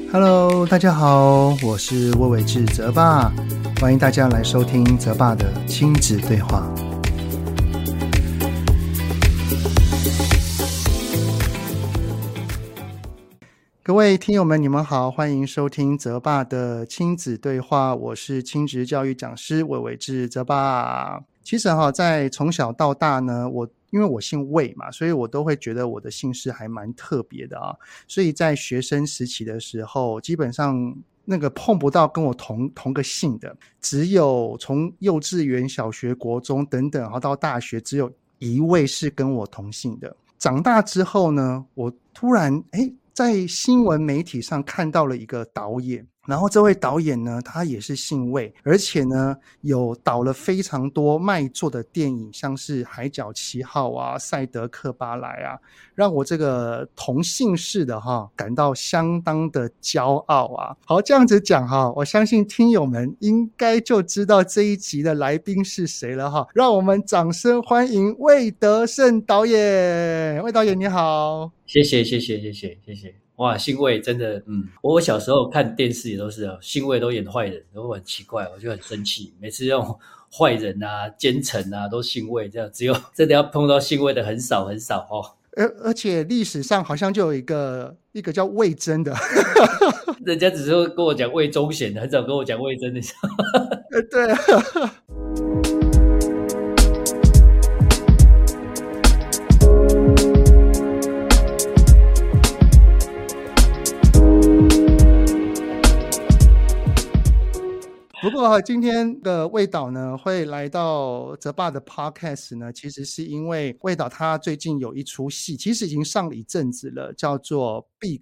Hello， 大家好，我是魏伟志泽爸，欢迎大家来收听泽爸的亲子对话。各位听友们，你们好，欢迎收听泽爸的亲子对话，我是亲职教育讲师魏伟志泽爸。其实在从小到大呢，因为我姓魏嘛，所以我都会觉得我的姓氏还蛮特别的啊。所以在学生时期的时候，基本上那个碰不到跟我同个姓的，只有从幼稚园、小学、国中等等，然后到大学，只有一位是跟我同姓的。长大之后呢，我突然在新闻媒体上看到了一个导演，然后这位导演呢，他也是姓魏，而且呢有导了非常多卖座的电影，像是海角七号啊、赛德克巴莱啊，让我这个同姓氏的感到相当的骄傲啊。好，这样子讲我相信听友们应该就知道这一集的来宾是谁了让我们掌声欢迎魏德圣导演。魏导演你好。 谢谢。哇，姓魏真的，我小时候看电视也都是姓魏都演坏人，然后很奇怪，我就很生气，每次用坏人啊、奸臣啊都姓魏，这样只有真的要碰到姓魏的很少而且历史上好像就有一个叫魏征的人家只是会跟我讲魏忠贤的，很少跟我讲魏征的对不过今天的魏导呢会来到泽爸的 podcast 呢，其实是因为魏导他最近有一出戏，其实已经上了一阵子了，叫做 Big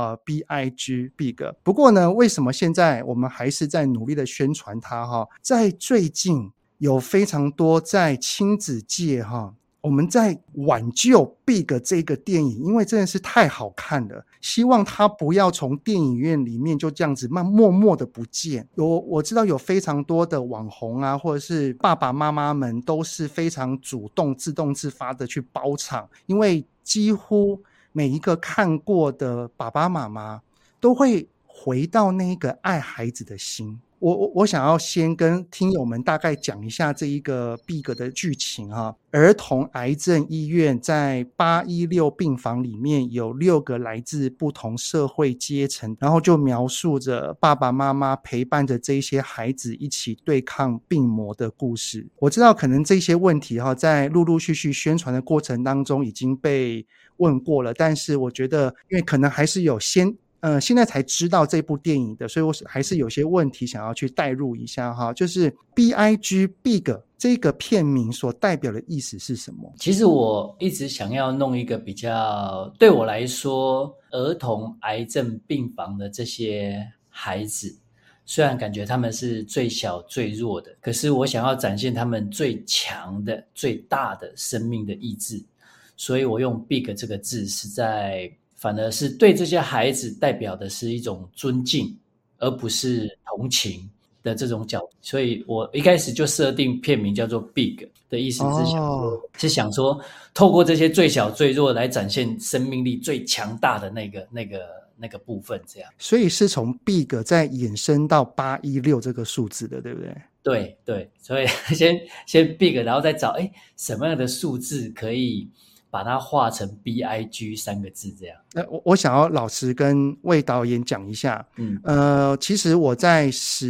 B-I-G Big。 不过呢，为什么现在我们还是在努力的宣传它在最近有非常多在亲子界我们在挽救 Big 这个电影，因为真的是太好看了，希望它不要从电影院里面就这样子默默的不见。我知道有非常多的网红啊，或者是爸爸妈妈们都是非常主动自动自发的去包场，因为几乎每一个看过的爸爸妈妈都会回到那个爱孩子的心。我想要先跟听友们大概讲一下这一个 Big 的剧情儿童癌症医院在816病房里面有6个来自不同社会阶层，然后就描述着爸爸妈妈陪伴着这些孩子一起对抗病魔的故事。我知道可能这些问题在陆陆续续宣传的过程当中已经被问过了，但是我觉得因为可能还是有现在才知道这部电影的，所以我还是有些问题想要去带入一下就是 B-I-G Big 这个片名所代表的意思是什么？ 其实我一直想要弄一个比较，对我来说儿童癌症病房的这些孩子，虽然感觉他们是最小最弱的，可是我想要展现他们最强的最大的生命的意志，所以我用 Big 这个字反而是对这些孩子代表的是一种尊敬，而不是同情的这种角度。所以我一开始就设定片名叫做 Big 的意思是想说透过这些最小最弱来展现生命力最强大的那个部分，这样。 所以是从 Big 再衍生到816这个数字的，对不对？ 对，所以先 Big， 然后再找什么样的数字可以把它画成 B-I-G 3个字这样。 我想要老实跟魏导演讲一下其实我在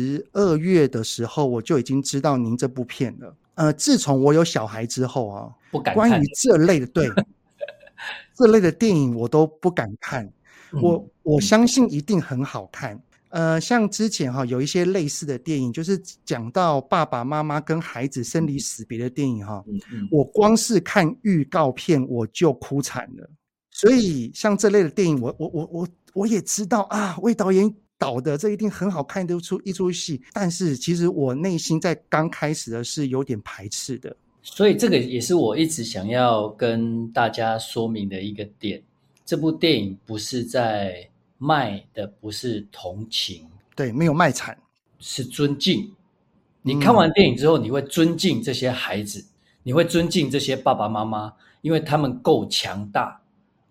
12月的时候我就已经知道您这部片了自从我有小孩之后不敢看， 关于这类的这类的电影我都不敢看我相信一定很好看像之前有一些类似的电影，就是讲到爸爸妈妈跟孩子生离死别的电影我光是看预告片我就哭惨了。所以像这类的电影我也知道魏导演导的这一定很好看的一出戏，但是其实我内心在刚开始的是有点排斥的。 所以这个也是我一直想要跟大家说明的一个点，这部电影不是在卖的不是同情， 对，没有卖惨， 是尊敬。你看完电影之后你会尊敬这些孩子，你会尊敬这些爸爸妈妈，因为他们够强大，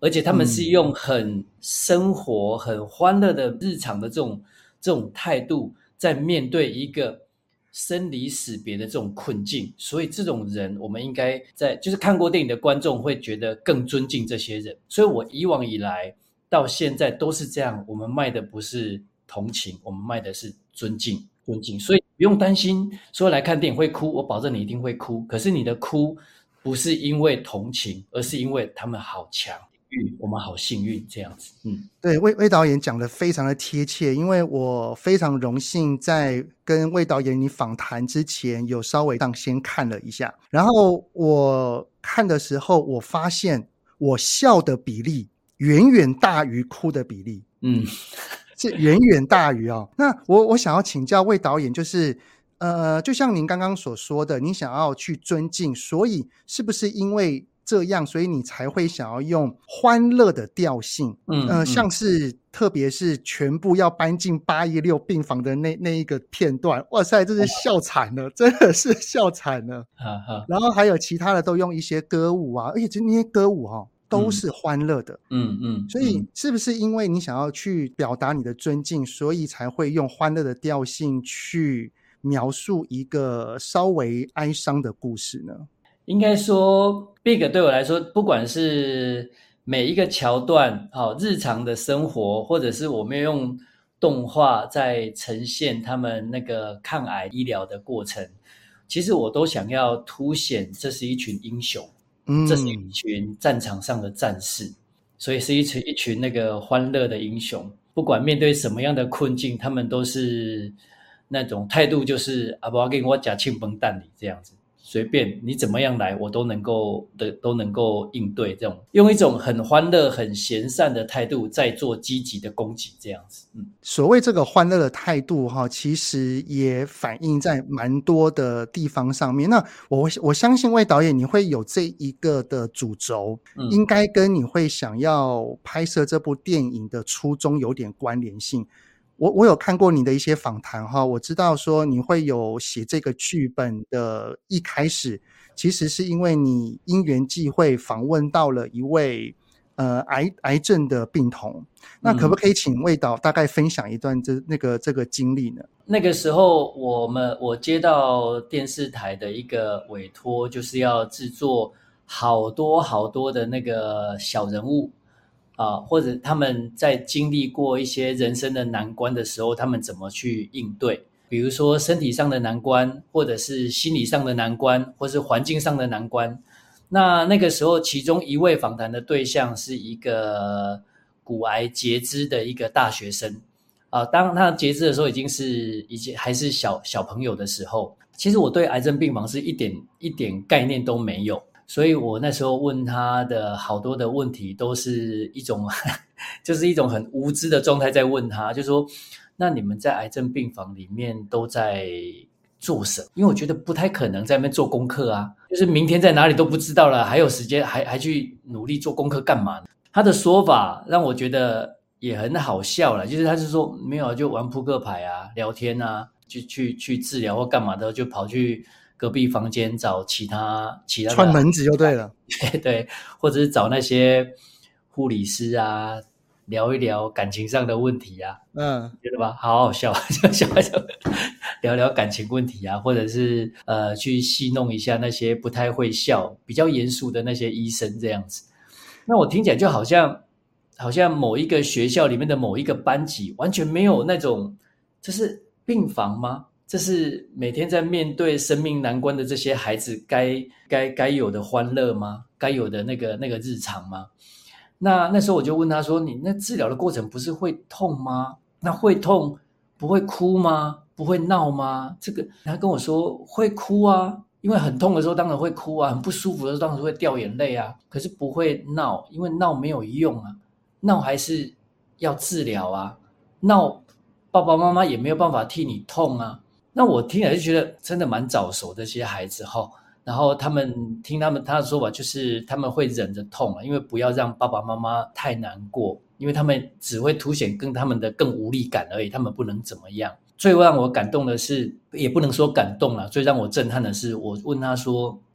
而且他们是用很生活、很欢乐的日常的这种态度，在面对一个生离死别的这种困境。所以这种人，我们应该就是看过电影的观众会觉得更尊敬这些人。所以我以往以来到现在都是这样，我们卖的不是同情，我们卖的是尊敬。所以不用担心说来看电影会哭，我保证你一定会哭。可是你的哭不是因为同情，而是因为他们好强，我们好幸运这样子。 对，魏导演讲的非常的贴切，因为我非常荣幸在跟魏导演你访谈之前有稍微先看了一下，然后我看的时候我发现我笑的比例远远大于哭的比例。是远远大于哦。那我想要请教魏导演，就是就像您刚刚所说的，你想要去尊敬，所以是不是因为这样，所以你才会想要用欢乐的调性？像是特别是全部要搬进816病房的那一个片段，哇塞，这是笑惨了，真的是笑惨了。然后还有其他的都用一些歌舞啊，而且那些歌舞都是欢乐的。所以是不是因为你想要去表达你的尊敬，所以才会用欢乐的调性去描述一个稍微哀伤的故事呢？ 应该说 Big 对我来说，不管是每一个桥段，日常的生活，或者是我们用动画在呈现他们那个抗癌医疗的过程，其实我都想要凸显这是一群英雄，这是一群战场上的战士，所以是一群那个欢乐的英雄。不管面对什么样的困境，他们都是那种态度，就是不要跟我吃庆崩蛋里这样子，随便你怎么样来，我都能够应对，这种用一种很欢乐、很闲散的态度，在做积极的攻击，这样子。 所谓这个欢乐的态度其实也反映在蛮多的地方上面。那我相信魏导演你会有这一个的主轴，应该跟你会想要拍摄这部电影的初衷有点关联性。我有看过你的一些访谈我知道说你会有写这个剧本的一开始，其实是因为你因缘际会访问到了一位癌症的病童。那可不可以请魏导大概分享一段这个经历呢？ 那个时候我接到电视台的一个委托，就是要制作好多好多的那个小人物或者他们在经历过一些人生的难关的时候，他们怎么去应对，比如说身体上的难关，或者是心理上的难关，或是环境上的难关。那个时候其中一位访谈的对象是一个骨癌截肢的一个大学生当他截肢的时候已经还是小朋友的时候，其实我对癌症病房是一点概念都没有，所以我那时候问他的好多的问题都是一种就是一种很无知的状态在问他，就说那你们在癌症病房里面都在做什么？因为我觉得不太可能在那边做功课啊，就是明天在哪里都不知道了，还有时间还去努力做功课干嘛呢？他的说法让我觉得也很好笑了，就是他是说没有就玩扑克牌啊，聊天啊，去治疗或干嘛的，就跑去隔壁房间找其他串门子就对了。 对，或者是找那些护理师啊，聊一聊感情上的问题啊，觉得吧，好好笑，就聊聊感情问题啊，或者是去戏弄一下那些不太会笑、比较严肃的那些医生这样子。那我听起来就好像某一个学校里面的某一个班级，完全没有那种，这是病房吗？这是每天在面对生命难关的这些孩子该有的欢乐吗？该有的那个日常吗？那时候我就问他说，你那治疗的过程不是会痛吗？那会痛不会哭吗？不会闹吗？这个他跟我说会哭啊，因为很痛的时候当然会哭啊，很不舒服的时候当然会掉眼泪啊，可是不会闹，因为闹没有用啊，闹还是要治疗啊，闹爸爸妈妈也没有办法替你痛啊。那我听起来就觉得真的蛮早熟的这些孩子然后他的说法就是他们会忍着痛因为不要让爸爸妈妈太难过，因为他们只会凸显他们的更无力感而已，他们不能怎么样。最让我感动的是，也不能说感动啦，最让我震撼的是，我问他说，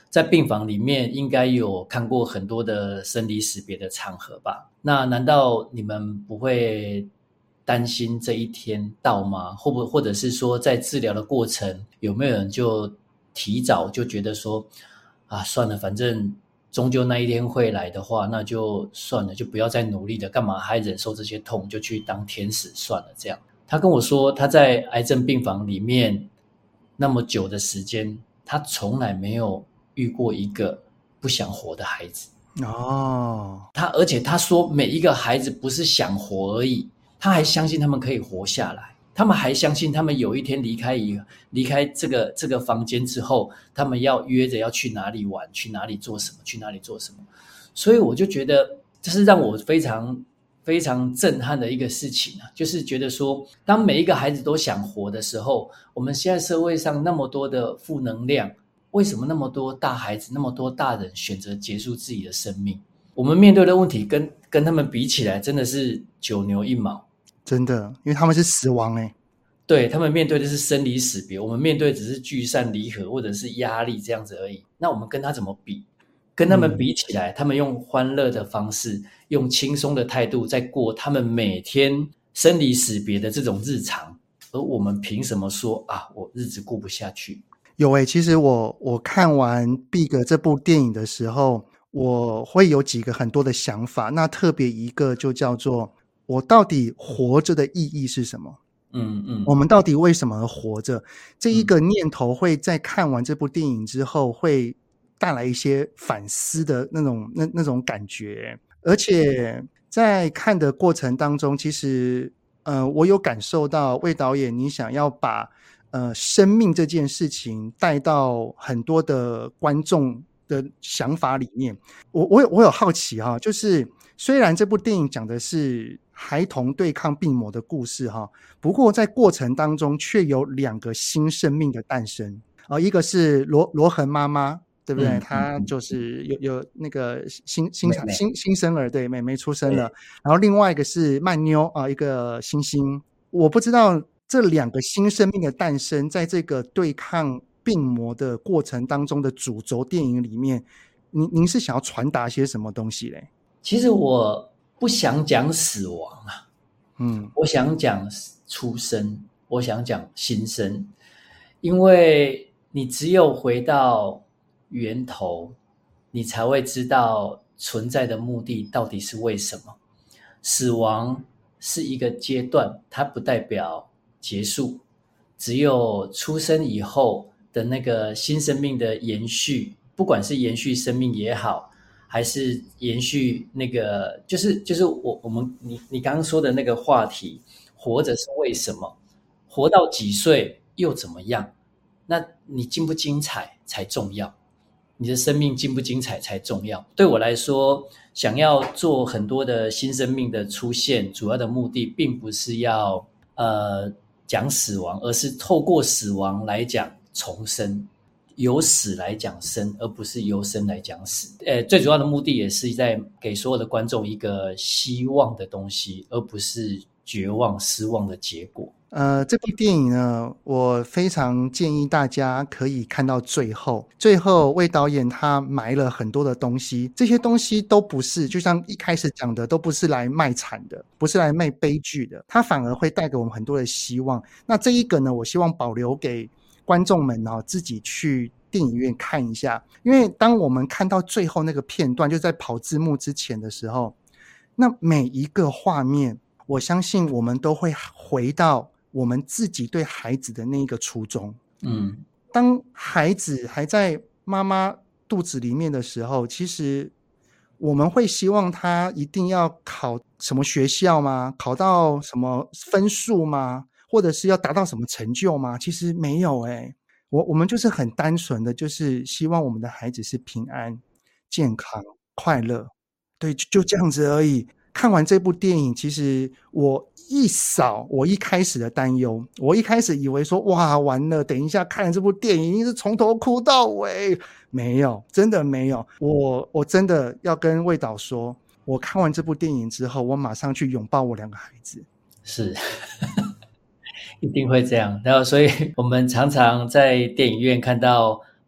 在病房里面应该有看过很多的生离死别的场合吧？那难道你们不会担心这一天到吗？或者是说在治疗的过程有没有人就提早就觉得说啊，算了，反正终究那一天会来的话，那就算了，就不要再努力了，干嘛还忍受这些痛，就去当天使算了这样。他跟我说他在癌症病房里面那么久的时间，他从来没有遇过一个不想活的孩子。而且他说每一个孩子不是想活而已，他还相信他们可以活下来，他们还相信他们有一天离开这个房间之后，他们要约着要去哪里玩，去哪里做什么，去哪里做什么。所以我就觉得这是让我非常非常震撼的一个事情啊，就是觉得说当每一个孩子都想活的时候，我们现在社会上那么多的负能量，为什么那么多大孩子那么多大人选择结束自己的生命？我们面对的问题跟他们比起来真的是九牛一毛， 真的，因为他们是死亡对，他们面对的是生离死别，我们面对只是聚散离合或者是压力这样子而已。那我们跟他怎么比？跟他们比起来，他们用欢乐的方式，用轻松的态度在过他们每天生离死别的这种日常，而我们凭什么说啊，我日子过不下去？ 有其实我看完《Big》这部电影的时候，我会有几个很多的想法，那特别一个就叫做我到底活着的意义是什么？我们到底为什么而活着？这一个念头会在看完这部电影之后会带来一些反思的那种感觉，而且在看的过程当中，其实我有感受到魏导演你想要把生命这件事情带到很多的观众的想法里面。我有好奇就是虽然这部电影讲的是孩童对抗病魔的故事不过在过程当中却有两个新生命的诞生一个是罗恒妈妈，对不对？她就是有那个新生儿，对，妹妹出生了。然后另外一个是曼妞一个星星。我不知道这两个新生命的诞生，在这个对抗病魔的过程当中的主轴电影里面，您是想要传达些什么东西嘞？ 其实我不想讲死亡啊，我想讲出生，我想讲新生，因为你只有回到源头，你才会知道存在的目的到底是为什么。死亡是一个阶段，它不代表结束，只有出生以后的那个新生命的延续，不管是延续生命也好，还是延续那个就是你刚刚说的那个话题，活着是为什么？活到几岁又怎么样？那你精不精彩才重要，你的生命精不精彩才重要。对我来说，想要做很多的新生命的出现，主要的目的并不是要讲死亡，而是透过死亡来讲重生，由死来讲生，而不是由生来讲死。最主要的目的也是在给所有的观众一个希望的东西，而不是绝望失望的结果。 这部电影呢，我非常建议大家可以看到最后。最后魏导演他埋了很多的东西，这些东西都不是就像一开始讲的，都不是来卖惨的，不是来卖悲剧的，它反而会带给我们很多的希望。那这一个呢，我希望保留给观众们自己去电影院看一下。因为当我们看到最后那个片段，就在跑字幕之前的时候，那每一个画面，我相信我们都会回到我们自己对孩子的那个初衷。当孩子还在妈妈肚子里面的时候，其实我们会希望他一定要考什么学校吗？考到什么分数吗？或者是要达到什么成就吗？其实没有我们就是很单纯的，就是希望我们的孩子是平安、健康、快乐，对，就这样子而已。看完这部电影，其实我一开始的担忧，我一开始以为说哇完了，等一下看了这部电影一定是从头哭到尾，没有，真的没有。我真的要跟魏导说，我看完这部电影之后，我马上去拥抱我两个孩子。 是一定会这样。然后所以我们常常在电影院看到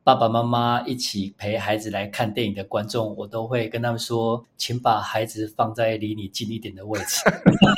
爸爸妈妈一起陪孩子来看电影的观众，我都会跟他们说，请把孩子放在离你近一点的位置，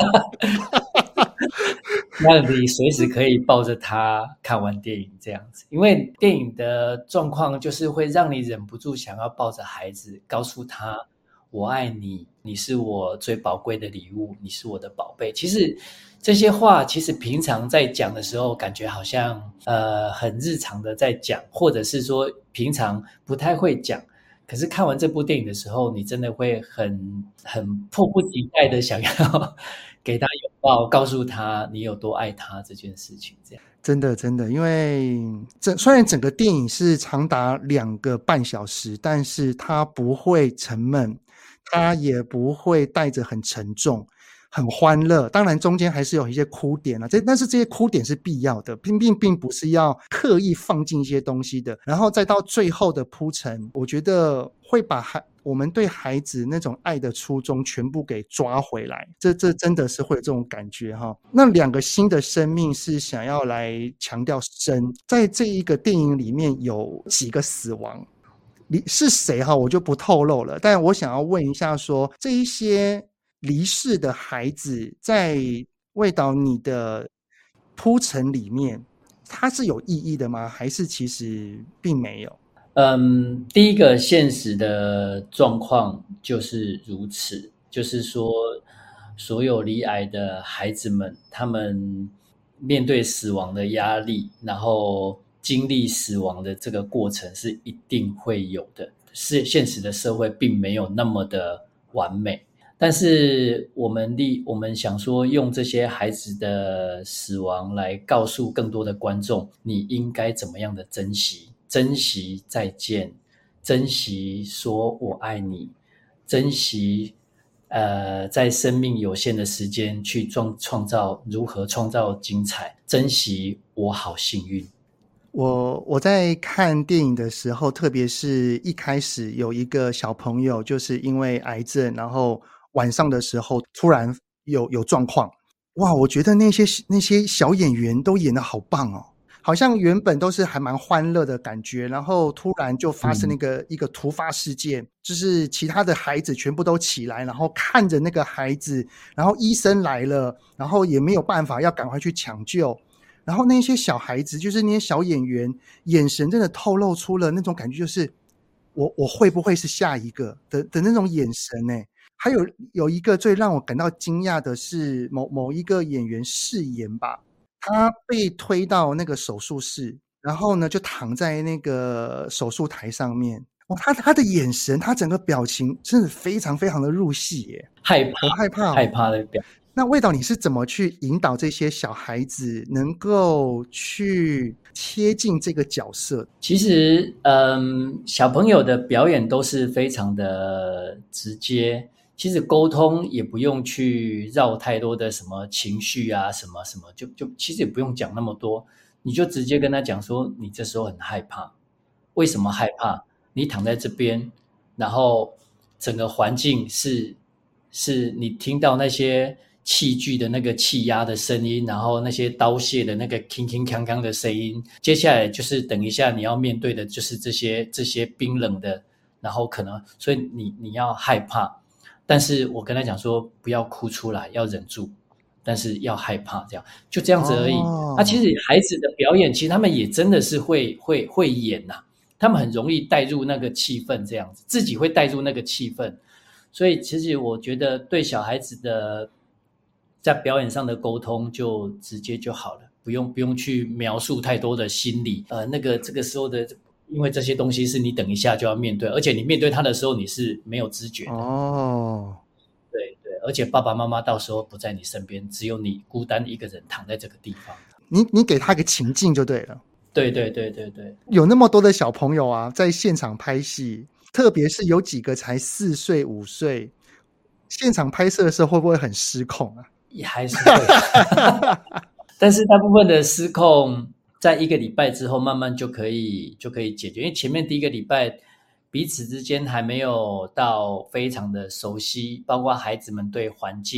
让你随时可以抱着他看完电影这样子。因为电影的状况就是会让你忍不住想要抱着孩子，告诉他我爱你，你是我最宝贵的礼物，你是我的宝贝。其实这些话其实平常在讲的时候感觉好像很日常的在讲，或者是说平常不太会讲，可是看完这部电影的时候，你真的会很迫不及待的想要给他拥抱，告诉他你有多爱他这件事情这样。 真的真的，因为虽然整个电影是长达2个半小时，但是它不会沉闷，它也不会带着很沉重，很欢乐。当然中间还是有一些哭点啊，但是这些哭点是必要的，并不是要刻意放进一些东西的。然后再到最后的铺陈，我觉得会把我们对孩子那种爱的初衷全部给抓回来，这真的是会有这种感觉哈。那2个新的生命是想要来强调生，在这一个电影里面有几个死亡，是谁哈我就不透露了，但我想要问一下说，这一些离世的孩子在魏导你的铺陈里面，它是有意义的吗？还是其实并没有？ 第一个现实的状况就是如此，就是说，所有罹癌的孩子们，他们面对死亡的压力，然后经历死亡的这个过程是一定会有的。是现实的社会并没有那么的完美，但是我们想说，用这些孩子的死亡来告诉更多的观众，你应该怎么样的珍惜。珍惜再见，珍惜说我爱你，珍惜在生命有限的时间去创造如何创造精彩，珍惜我好幸运。 我在看电影的时候，特别是一开始有一个小朋友就是因为癌症，然后晚上的时候突然有状况，哇，我觉得那些小演员都演得好棒哦，好像原本都是还蛮欢乐的感觉，然后突然就发生一个突发事件，就是其他的孩子全部都起来，然后看着那个孩子，然后医生来了，然后也没有办法要赶快去抢救，然后那些小孩子就是那些小演员眼神真的透露出了那种感觉，就是我会不会是下一个的那种眼神呢？还有一个最让我感到惊讶的是某一个演员饰演吧，他被推到那个手术室，然后呢就躺在那个手术台上面，他的眼神，他整个表情真的非常非常的入戏耶， 害怕， 好害怕哦。 害怕的表。 那魏导你是怎么去引导这些小孩子能够去贴近这个角色？ 其实，小朋友的表演都是非常的直接，其实沟通也不用去绕太多的什么情绪啊，什么什么，就其实也不用讲那么多，你就直接跟他讲说，你这时候很害怕，为什么害怕？你躺在这边，然后整个环境是你听到那些器具的那个气压的声音，然后那些刀械的那个铿铿锵锵的声音，接下来就是等一下你要面对的就是这些冰冷的，然后可能所以你要害怕，但是我跟他讲说不要哭出来，要忍住，但是要害怕，就这样子而已。其实孩子的表演，其实他们也真的是会演呐，他们很容易带入那个气氛，这样子自己会带入那个气氛。所以其实我觉得对小孩子的在表演上的沟通就直接就好了，不用去描述太多的心理。这个时候的，因为这些东西是你等一下就要面对，而且你面对它的时候你是没有知觉的。 哦， 对对，而且爸爸妈妈到时候不在你身边，只有你孤单一个人躺在这个地方。 你给他个情境就对了。 对对对对对， 有那么多的小朋友啊，在现场拍戏，特别是有几个才4岁5岁，现场拍摄的时候会不会很失控啊？ 也还是会但是大部分的失控在1个礼拜之后慢慢就可以解决，因为前面第1个礼拜彼此之间还没有到非常的熟悉，包括孩子们对环境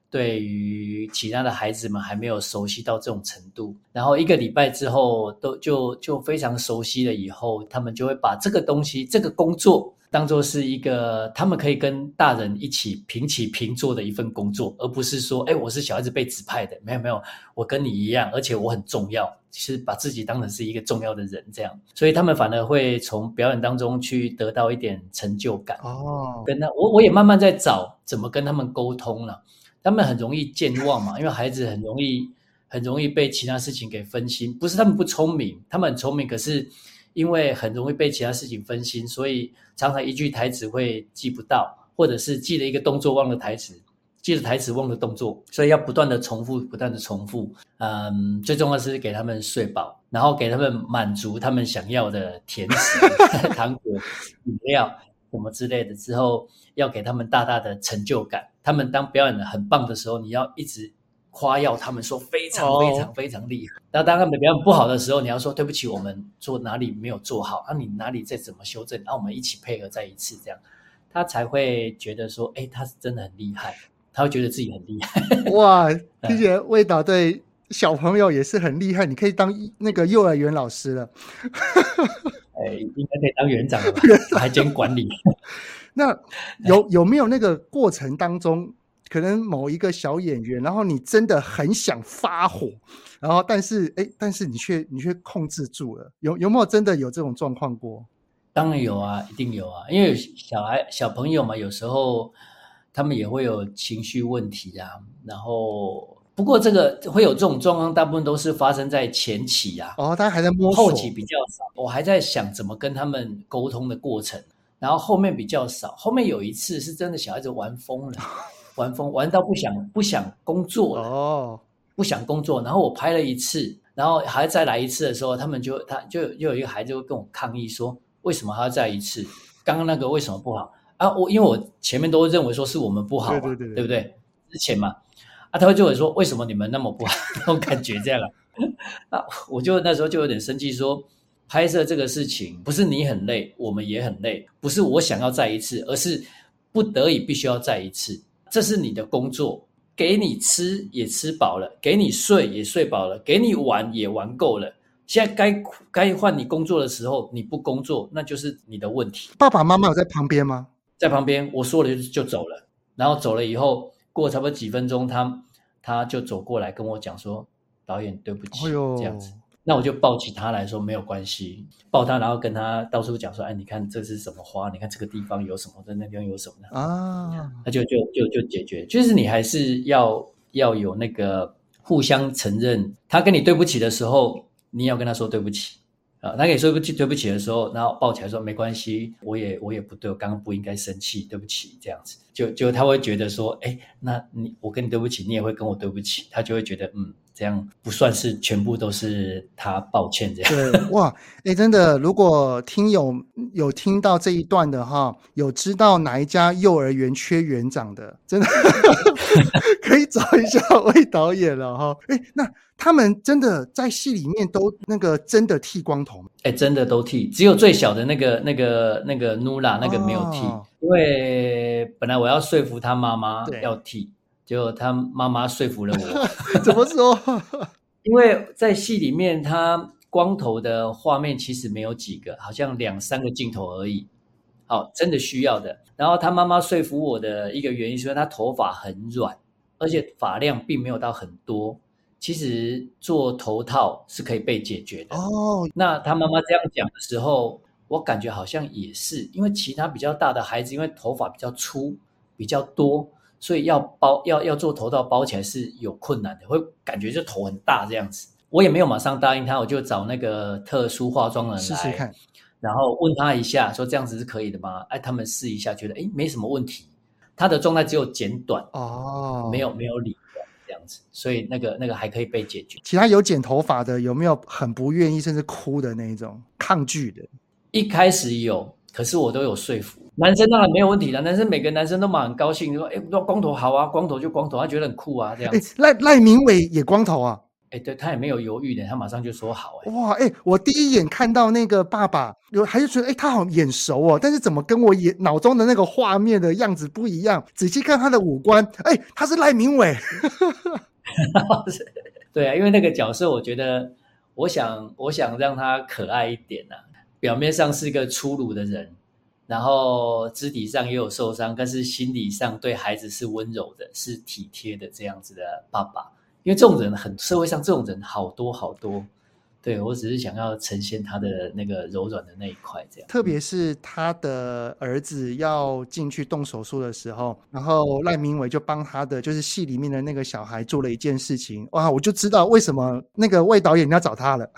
对于其他的孩子们还没有熟悉到这种程度，然后1个礼拜之后就非常熟悉了以后，他们就会把这个东西这个工作当作是一个他们可以跟大人一起平起平坐的一份工作，而不是说我是小孩子被指派的，没有，我跟你一样，而且我很重要，其实把自己当成是一个重要的人这样，所以他们反而会从表演当中去得到一点成就感。我也慢慢在找怎么跟他们沟通了。他们很容易健忘嘛，因为孩子很容易被其他事情给分心，不是他们不聪明，他们很聪明，可是因为很容易被其他事情分心，所以常常一句台词会记不到，或者是记了一个动作忘了台词，记了台词忘了动作，所以要不断的重复最重要的是给他们睡饱，然后给他们满足他们想要的甜食糖果饮料什么之类的，之后要给他们大大的成就感。他们当表演的很棒的时候，你要一直夸耀他们说非常非常非常厉害。那当他们表演不好的时候，你要说对不起，我们做哪里没有做好，你哪里再怎么修正，我们一起配合再一次，这样他才会觉得说他是真的很厉害，他会觉得自己很厉害。 哇，听起来魏导对小朋友也是很厉害，你可以当那个幼儿园老师了。 应该可以当园长了吧，还兼管理。 那有没有那个过程当中，可能某一个小演员，然后你真的很想发火，然后但是你却控制住了，有没有真的有这种状况过？ 当然有啊，一定有啊，因为小朋友嘛，有时候他们也会有情绪问题啊，然后不过这个会有这种状况，大部分都是发生在前期啊， 他还在摸索， 后期比较少，我还在想怎么跟他们沟通的过程，然后后面比较少，后面有一次是真的小孩子玩疯了，玩到不想工作了，不想工作，然后我拍了一次，然后还再来一次的时候，他就有一个孩子会跟我抗议说，为什么还要再一次？刚刚那个为什么不好啊？因为我前面都认为说是我们不好嘛，对不对？之前嘛，他会就会说为什么你们那么不好？那种感觉这样我就那时候就有点生气说，拍摄这个事情不是你很累，我们也很累，不是我想要再一次，而是不得已必须要再一次，这是你的工作，给你吃也吃饱了，给你睡也睡饱了，给你玩也玩够了，现在该换你工作的时候你不工作，那就是你的问题。 爸爸妈妈有在旁边吗？ 在旁边，我说了就走了，然后走了以后过差不多几分钟，他就走过来跟我讲说，导演对不起，这样子。那我就抱起他来说没有关系，抱他然后跟他到处讲说，你看这是什么花，你看这个地方有什么，那地方有什么啊，他就解决。就是你还是要有那个互相承认，他跟你对不起的时候，你要跟他说对不起他跟你说对不起的时候，然后抱起来说没关系，我也不对，我刚刚不应该生气，对不起，这样子就他会觉得说，那我跟你对不起，你也会跟我对不起，他就会觉得这样不算是全部都是他抱歉这样。 对，哇，真的，如果听友有听到这一段的哈，有知道哪一家幼儿园缺园长的，真的可以找一下魏导演了哈。那他们真的在戏里面都那个真的剃光头吗？ 真的都剃，只有最小的那个努拉那个没有剃，因为本来我要说服他妈妈要剃，结果他妈妈说服了我。 怎么说？ 因为在戏里面他光头的画面其实没有几个，好像2-3个镜头而已，真的需要的。然后他妈妈说服我的一个原因是他头发很软，而且发量并没有到很多，其实做头套是可以被解决的。那他妈妈这样讲的时候，我感觉好像也是，因为其他比较大的孩子因为头发比较粗比较多，所以要做头套包起来是有困难的，会感觉就头很大这样子。我也没有马上答应他，我就找那个特殊化妆的人来试试看， 然后问他一下说这样子是可以的吗？他们试一下觉得没什么问题，他的状态只有剪短没有理短这样子，所以那个还可以被解决。 其他有剪头发的有没有很不愿意甚至哭的那一种抗拒的？ 一开始有，可是我都有说服。男生当然没有问题了，每个男生都蛮很高兴，说光头好啊，光头就光头，他觉得很酷啊这样子。 赖明伟也光头啊？ 对，他也没有犹豫的，他马上就说好。 哇，我第一眼看到那个爸爸，还是觉得他好眼熟哦，但是怎么跟我脑中的那个画面的样子不一样？仔细看他的五官，他是赖明伟。 对啊，因为那个角色，我觉得我想让他可爱一点啊，表面上是一个粗鲁的人，然后肢体上也有受伤，但是心理上对孩子是温柔的，是体贴的这样子的爸爸。因为这种人社会上这种人好多好多，对，我只是想要呈现他的那个柔软的那一块这样。 特别是他的儿子要进去动手术的时候，然后赖明伟就帮他的就是戏里面的那个小孩做了一件事情，哇，我就知道为什么那个魏导演要找他了。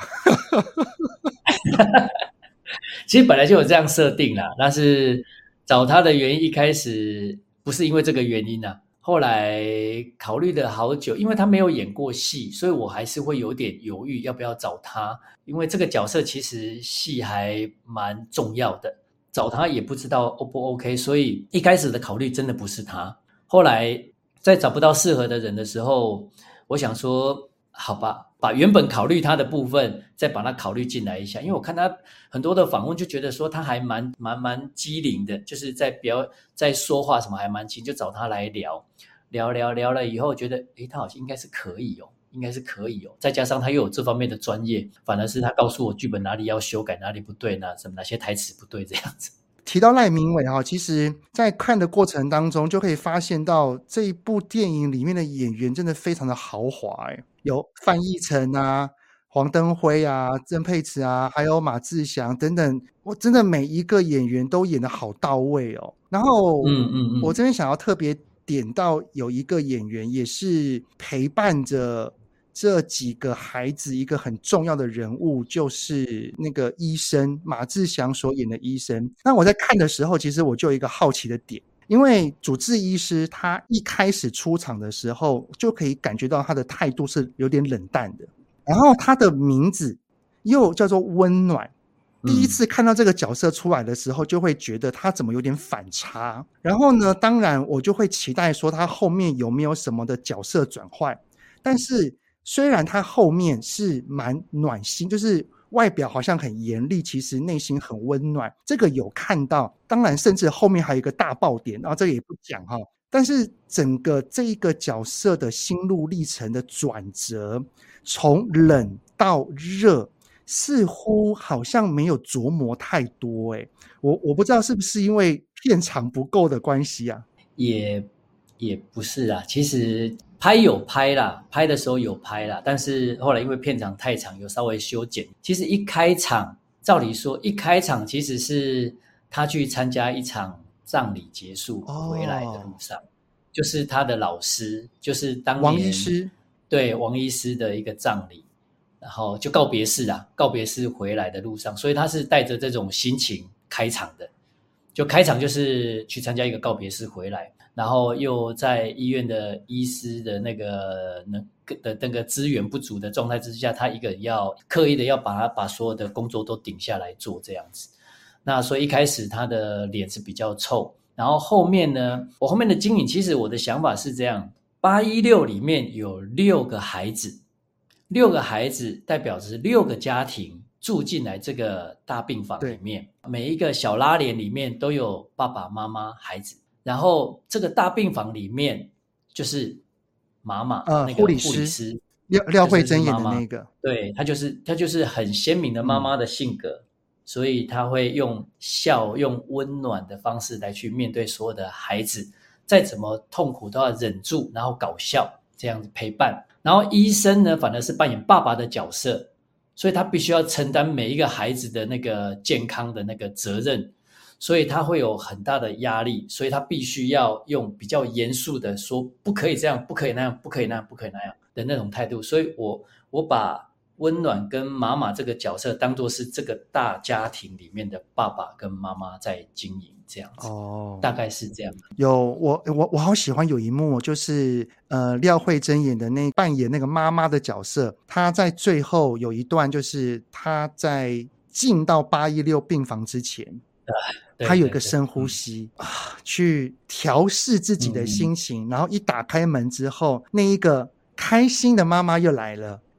其实本来就有这样设定啦，但是找他的原因一开始不是因为这个原因啊，后来考虑了好久，因为他没有演过戏，所以我还是会有点犹豫要不要找他，因为这个角色其实戏还蛮重要的，找他也不知道 O 不 OK， 所以一开始的考虑真的不是他。后来在找不到适合的人的时候，我想说好吧，把原本考虑他的部分再把它考虑进来一下，因为我看他很多的访问就觉得说他还蛮机灵的，就是在说话什么还蛮轻，就找他来聊了以后觉得他好像应该是可以哦，再加上他又有这方面的专业，反而是他告诉我剧本哪里要修改，哪里不对呢，哪些台词不对这样子。 提到赖明伟其实在看的过程当中就可以发现到这一部电影里面的演员真的非常的豪华，有范逸臣啊、黄登辉啊、曾沛慈啊，还有马志祥等等，我真的每一个演员都演得好到位哦。然后我这边想要特别点到有一个演员也是陪伴着这几个孩子一个很重要的人物，就是那个医生马志祥所演的医生。那我在看的时候其实我就有一个好奇的点，因为主治医师他一开始出场的时候就可以感觉到他的态度是有点冷淡的，然后他的名字又叫做温暖，第一次看到这个角色出来的时候就会觉得他怎么有点反差，然后呢当然我就会期待说他后面有没有什么的角色转换，但是虽然他后面是蛮暖心，就是外表好像很严厉，其实内心很温暖，这个有看到，当然甚至后面还有一个大爆点，然后这个也不讲但是整个这一个角色的心路历程的转折，从冷到热似乎好像没有琢磨太多我不知道是不是因为片长不够的关系啊。 也不是啊，其实有拍啦，拍的时候有拍啦，但是后来因为片长太长，有稍微修剪。其实一开场，照理说一开场其实是他去参加一场葬礼结束回来的路上，就是他的老师，就是当年王医师， 对，王医师的一个葬礼，然后就告别式回来的路上，所以他是带着这种心情开场的，就开场就是去参加一个告别式回来。然后又在医院的医师的那个资源不足的状态之下，他一个人要刻意的要把所有的工作都顶下来做这样子。那所以一开始他的脸是比较臭，然后后面呢，我后面的经营其实我的想法是这样，816里面有6个孩子，6个孩子代表是6个家庭住进来这个大病房里面，每一个小拉帘里面都有爸爸妈妈孩子。然后这个大病房里面就是妈妈，那个护理师廖慧珍演的那个， 对，她就是很鲜明的妈妈的性格，所以她会用温暖的方式来去面对所有的孩子，再怎么痛苦都要忍住，然后搞笑这样子陪伴。然后医生呢，反而是扮演爸爸的角色，所以他必须要承担每一个孩子的那个健康的那个责任。所以他会有很大的压力，所以他必须要用比较严肃的说不可以这样，不可以那样，不可以那样，不可以那样的那种态度。所以我把温暖跟妈妈这个角色当作是这个大家庭里面的爸爸跟妈妈在经营这样子，大概是这样。 我好喜欢有一幕，就是廖慧珍演的扮演那个妈妈的角色，她在最后有一段就是她在进到816病房之前。他有一个深呼吸去调试自己的心情，然后一打开门之后，那一个开心的妈妈又来了，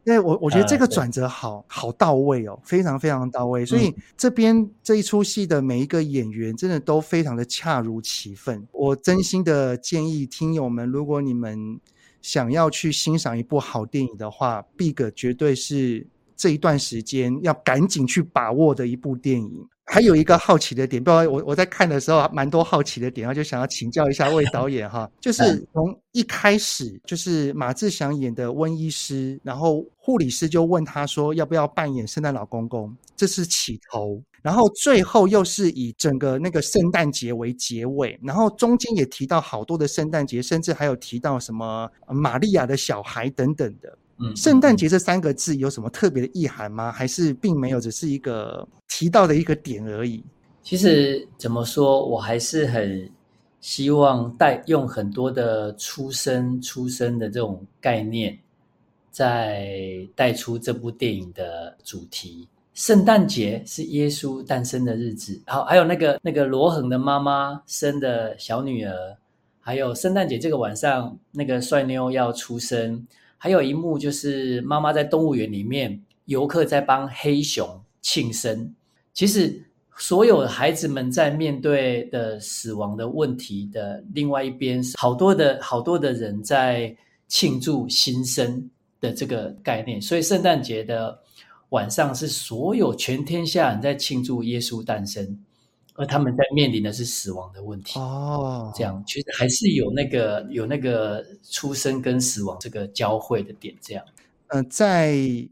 对，我觉得这个对， 转折好到位哦，非常非常到位。所以这边这一出戏的每一个演员真的都非常的恰如其分。我真心的建议听友们，如果你们想要去欣赏一部好电影的话，Big 绝对是这一段时间要赶紧去把握的一部电影。还有一个好奇的点，不知道我在看的时候蛮多好奇的点，然后就想要请教一下魏导演哈，就是从一开始就是马志祥演的温医师，然后护理师就问他说要不要扮演圣诞老公公，这是起头，然后最后又是以整个那个圣诞节为结尾，然后中间也提到好多的圣诞节，甚至还有提到什么玛利亚的小孩等等的。圣诞节这3个字有什么特别的意涵吗？还是并没有，只是一个提到的一个点而已？ 其实怎么说，我还是很希望用很多的出生的这种概念，再带出这部电影的主题。圣诞节是耶稣诞生的日子，好，还有那个罗恒的妈妈生的小女儿，还有圣诞节这个晚上那个帅妞要出生。还有一幕就是妈妈在动物园里面，游客在帮黑熊庆生。其实所有孩子们在面对的死亡的问题的另外一边，好多的人在庆祝新生的这个概念。所以圣诞节的晚上是所有全天下人在庆祝耶稣诞生，而他们在面临的是死亡的问题。这样其实还是有那个出生跟死亡这个交汇的点。这样， 在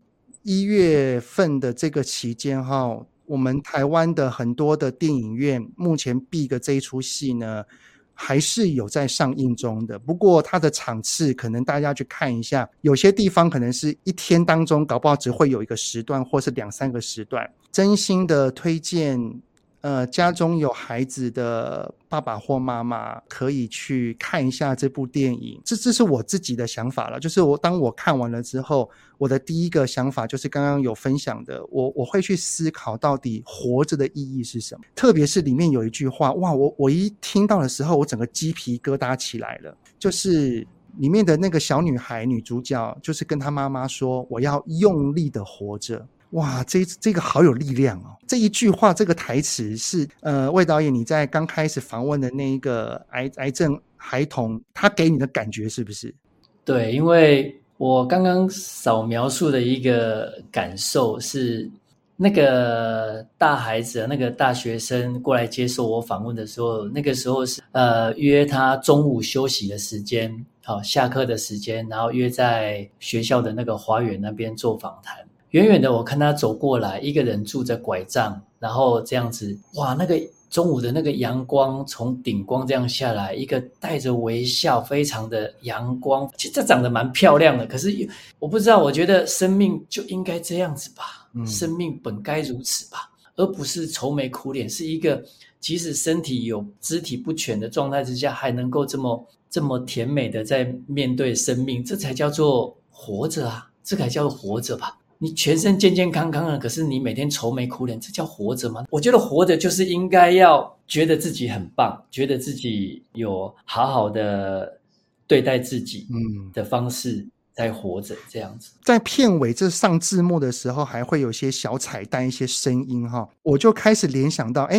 1月份的这个期间哈，我们台湾的很多的电影院目前 Big 这一出戏呢，还是有在上映中的。不过它的场次可能大家去看一下，有些地方可能是一天当中搞不好只会有一个时段，或是2-3个时段。真心的推荐家中有孩子的爸爸或妈妈可以去看一下这部电影。这是我自己的想法了，就是当我看完了之后，我的第一个想法就是刚刚有分享的，我会去思考到底活着的意义是什么。特别是里面有一句话，哇，我一听到的时候，我整个鸡皮疙瘩起来了，就是里面的那个小女孩女主角就是跟她妈妈说，我要用力的活着。哇，这个好有力量哦！这一句话，这个台词是魏导演你在刚开始访问的那一个癌症孩童，他给你的感觉是不是？ 对，因为我刚刚少描述的一个感受是，那个大孩子那个大学生过来接受我访问的时候，那个时候是约他中午休息的时间，好，下课的时间，然后约在学校的那个花园那边做访谈。远远的我看他走过来，一个人拄着拐杖，然后这样子，哇，那个中午的那个阳光从顶光这样下来，一个带着微笑，非常的阳光，其实这长得蛮漂亮的。可是我不知道，我觉得生命就应该这样子吧，生命本该如此吧，而不是愁眉苦脸，是一个即使身体有肢体不全的状态之下，还能够这么甜美的在面对生命，这才叫做活着啊，这才叫做活着吧。你全身健健康康的，可是你每天愁眉苦脸，这叫活着吗？我觉得活着就是应该要觉得自己很棒，觉得自己有好好的对待自己的方式在活着，这样子。 在片尾这上字幕的时候，还会有些小彩蛋，一些声音哈，我就开始联想到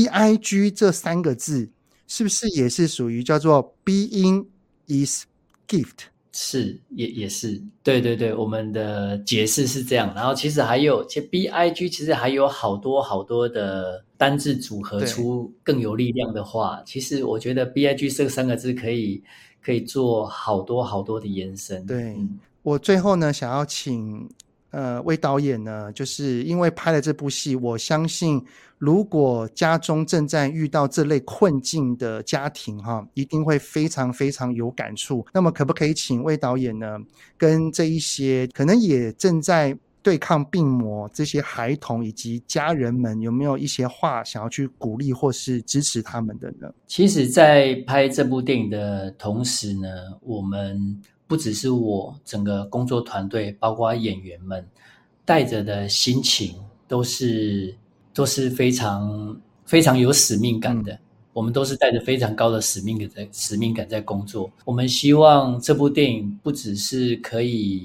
，BIG 这3个字是不是也是属于叫做 Being is Gift？ 是，也是，对对对，我们的解释是这样。然后其实还有，其实 BIG 其实还有好多的单字组合出更有力量的话，其实我觉得 BIG 这3个字可以做好多的延伸。 对，我最后呢想要请魏导演呢，就是因为拍了这部戏，我相信如果家中正在遇到这类困境的家庭哈，一定会非常非常有感触。那么可不可以请魏导演呢，跟这一些可能也正在对抗病魔这些孩童以及家人们，有没有一些话想要去鼓励或是支持他们的呢？ 其实在拍这部电影的同时呢，我们不只是我，整个工作团队包括演员们带着的心情都是非常非常有使命感的。我们都是带着非常高的使命感在工作。我们希望这部电影不只是可以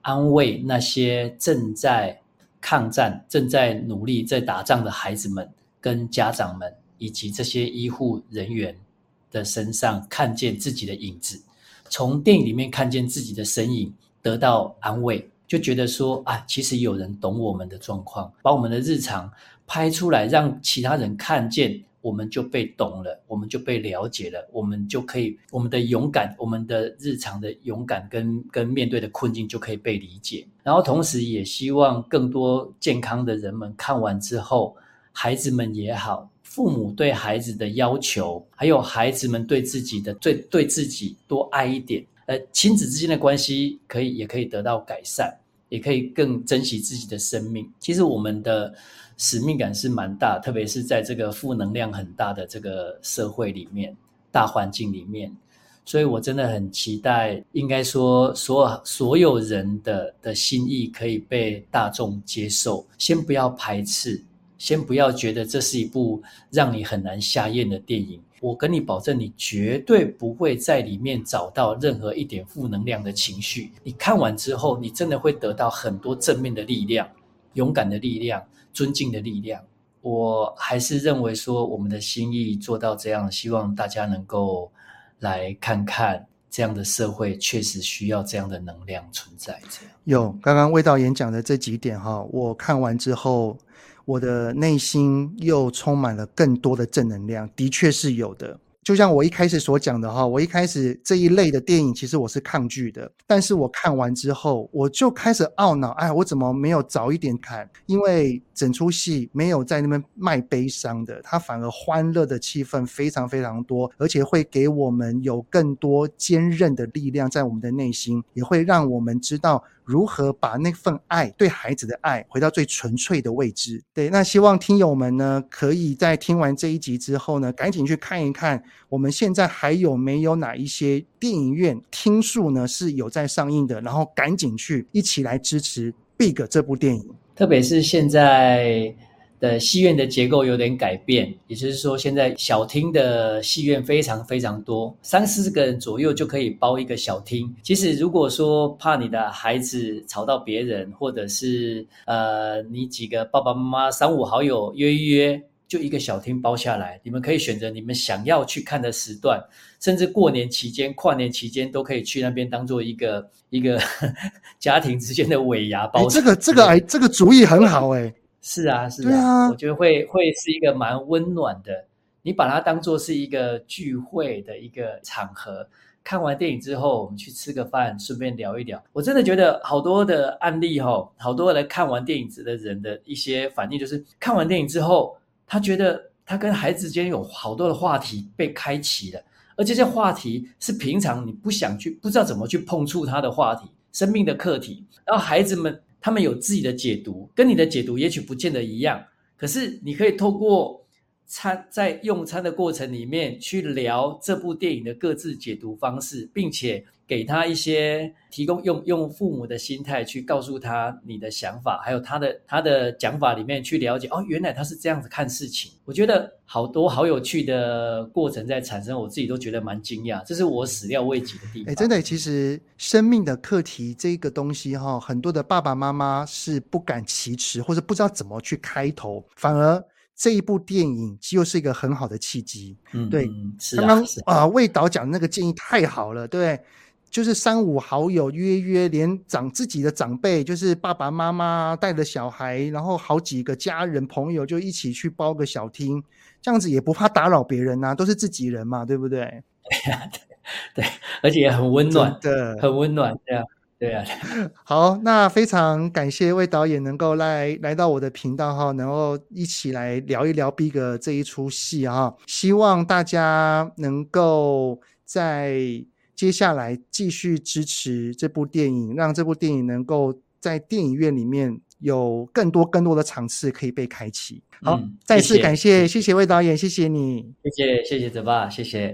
安慰那些正在抗战、正在努力在打仗的孩子们跟家长们，以及这些医护人员的身上看见自己的影子，从电影里面看见自己的身影，得到安慰，就觉得说其实有人懂我们的状况，把我们的日常拍出来，让其他人看见，我们就被懂了，我们就被了解了，我们就可以，我们的勇敢，我们的日常的勇敢跟面对的困境就可以被理解。然后同时也希望更多健康的人们看完之后，孩子们也好，父母对孩子的要求，还有孩子们对自己的对自己多爱一点，亲子之间的关系也可以得到改善，也可以更珍惜自己的生命。其实我们的使命感是蛮大，特别是在这个负能量很大的这个社会里面，大环境里面，所以我真的很期待，应该说所有人的心意可以被大众接受，先不要排斥，先不要觉得这是一部让你很难下咽的电影。我跟你保证，你绝对不会在里面找到任何一点负能量的情绪。你看完之后，你真的会得到很多正面的力量，勇敢的力量，尊敬的力量。我还是认为说，我们的心意做到这样，希望大家能够来看看，这样的社会确实需要这样的能量存在。这样有刚刚魏导演讲的这几点我看完之后，我的内心又充满了更多的正能量，的确是有的。就像我一开始所讲的我一开始这一类的电影其实我是抗拒的，但是我看完之后我就开始懊恼，我怎么没有早一点看，因为整出戏没有在那边卖悲伤的，它反而欢乐的气氛非常非常多，而且会给我们有更多坚韧的力量在我们的内心，也会让我们知道如何把那份爱，对孩子的爱回到最纯粹的位置。对，那希望听友们呢，可以在听完这一集之后呢，赶紧去看一看我们现在还有没有哪一些电影院听数呢是有在上映的，然后赶紧去一起来支持 Big 这部电影。 特别是现在的戏院的结构有点改变，也就是说现在小厅的戏院非常非常多，3-4个人左右就可以包一个小厅。其实如果说怕你的孩子吵到别人，或者是你几个爸爸妈妈3-5好友约一约，就一个小厅包下来，你们可以选择你们想要去看的时段，甚至过年期间、跨年期间都可以去那边当做一个家庭之间的尾牙包场。 这个主意很好是啊， 对啊， 我觉得会是一个蛮温暖的，你把它当作是一个聚会的一个场合。看完电影之后，我们去吃个饭，顺便聊一聊。我真的觉得好多的案例好多人看完电影的人的一些反应，就是看完电影之后，他觉得他跟孩子间有好多的话题被开启了，而这些话题是平常你不知道怎么去碰触他的话题，生命的课题。然后孩子们他们有自己的解读，跟你的解读也许不见得一样，可是你可以透过在用餐的过程里面去聊这部电影的各自解读方式，并且给他一些提供，用父母的心态去告诉他你的想法，还有他的讲法里面去了解，原来他是这样子看事情。我觉得好多好有趣的过程在产生，我自己都觉得蛮惊讶，这是我始料未及的地方。 真的，其实生命的课题这个东西很多的爸爸妈妈是不敢启齿，或者不知道怎么去开头，反而这一部电影就是一个很好的契机。对，刚刚魏导讲的那个建议太好了，对，就是3-5好友约，连自己的长辈，就是爸爸妈妈带着小孩，然后好几个家人朋友就一起去包个小厅，这样子也不怕打扰别人都是自己人嘛，对不对？ 对，而且也很温暖，很温暖，对啊。 好，那非常感谢魏导演能够来到我的频道能够一起来聊一聊 Big 这一出戏希望大家能够在接下来继续支持这部电影，让这部电影能够在电影院里面有更多的场次可以被开启。好，再次感谢魏导演，谢谢你， 谢谢泽爸，谢谢。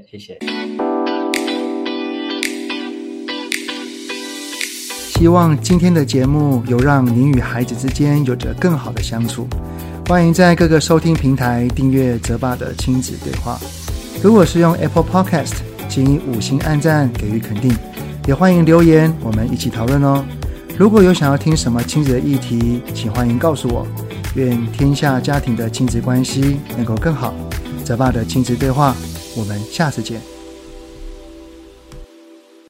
希望今天的节目有让您与孩子之间有着更好的相处。欢迎在各个收听平台订阅泽爸的亲子对话。如果是用 Apple Podcast， 请5星按赞给予肯定，也欢迎留言，我们一起讨论哦。 如果有想要听什么亲子的议题，请欢迎告诉我。愿天下家庭的亲子关系能够更好。泽爸的亲子对话，我们下次见。